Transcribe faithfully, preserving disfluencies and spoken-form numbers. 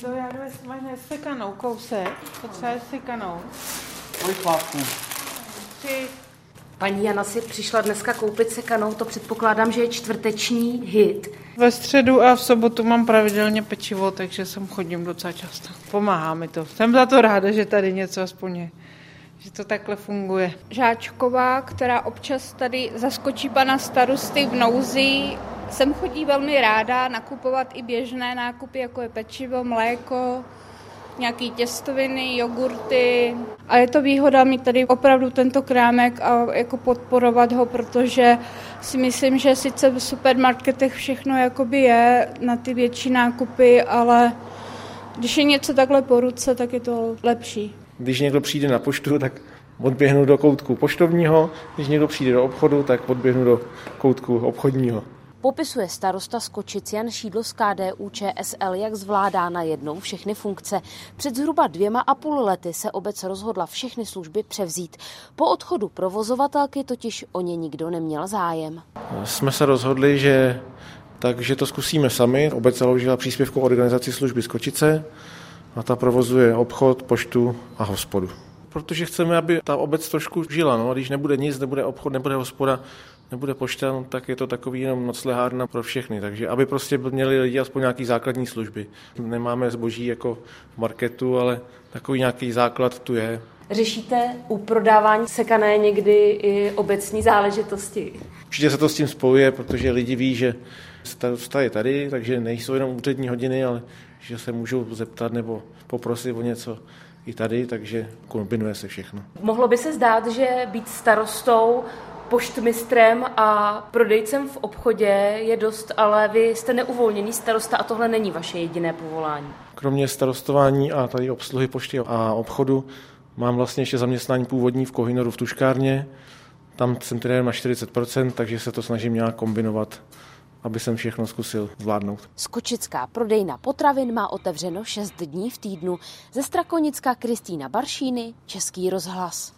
to já máš nesekanou kousek, potřebuješ sekanou. Kolik plátků? Tři. Paní Jana si přišla dneska koupit sekanou, to předpokládám, že je čtvrteční hit. Ve středu a v sobotu mám pravidelně pečivo, takže sem chodím docela často. Pomáhá mi to. Jsem za to ráda, že tady něco aspoň je. Že to takhle funguje. Žáčková, která občas tady zaskočí pana starosty v nouzi. Sem chodí velmi ráda nakupovat i běžné nákupy, jako je pečivo, mléko, nějaký těstoviny, jogurty. A je to výhoda mít tady opravdu tento krámek a jako podporovat ho, protože si myslím, že sice v supermarketech všechno jakoby je na ty větší nákupy, ale když je něco takhle po ruce, tak je to lepší. Když někdo přijde na poštu, tak odběhnu do koutku poštovního, když někdo přijde do obchodu, tak odběhnu do koutku obchodního. Popisuje starosta Skočic Jan Šídlo z K D U Č S L, jak zvládá najednou všechny funkce. Před zhruba dvěma a půl lety se obec rozhodla všechny služby převzít. Po odchodu provozovatelky totiž o ně nikdo neměl zájem. Jsme se rozhodli, že takže to zkusíme sami. Obec založila příspěvkovou organizaci služby Skočice a ta provozuje obchod, poštu a hospodu. Protože chceme, aby ta obec trošku žila. No? Když nebude nic, nebude obchod, nebude hospoda, nebude pošta, no, tak je to takový jenom noclehárna pro všechny. Takže aby prostě měli lidi aspoň nějaký základní služby. Nemáme zboží jako v marketu, ale takový nějaký základ tu je. Řešíte u prodávání sekané někdy i obecní záležitosti? Určitě se to s tím spojuje, protože lidi ví, že starosta je tady, takže nejsou jenom úřední hodiny, ale že se můžou zeptat nebo poprosit o něco i tady, takže kombinuje se všechno. Mohlo by se zdát, že být starostou, poštmistrem a prodejcem v obchodě je dost, ale vy jste neuvolněný starosta a tohle není vaše jediné povolání. Kromě starostování a tady obsluhy pošty a obchodu mám vlastně ještě zaměstnání původní v Kohinoru v tuškárně. Tam jsem tedy na čtyřicet procent, takže se to snažím nějak kombinovat, aby jsem všechno zkusil zvládnout. Skočická prodejna potravin má otevřeno šest dní v týdnu. Ze Strakonicka Kristýna Baršíny, Český rozhlas.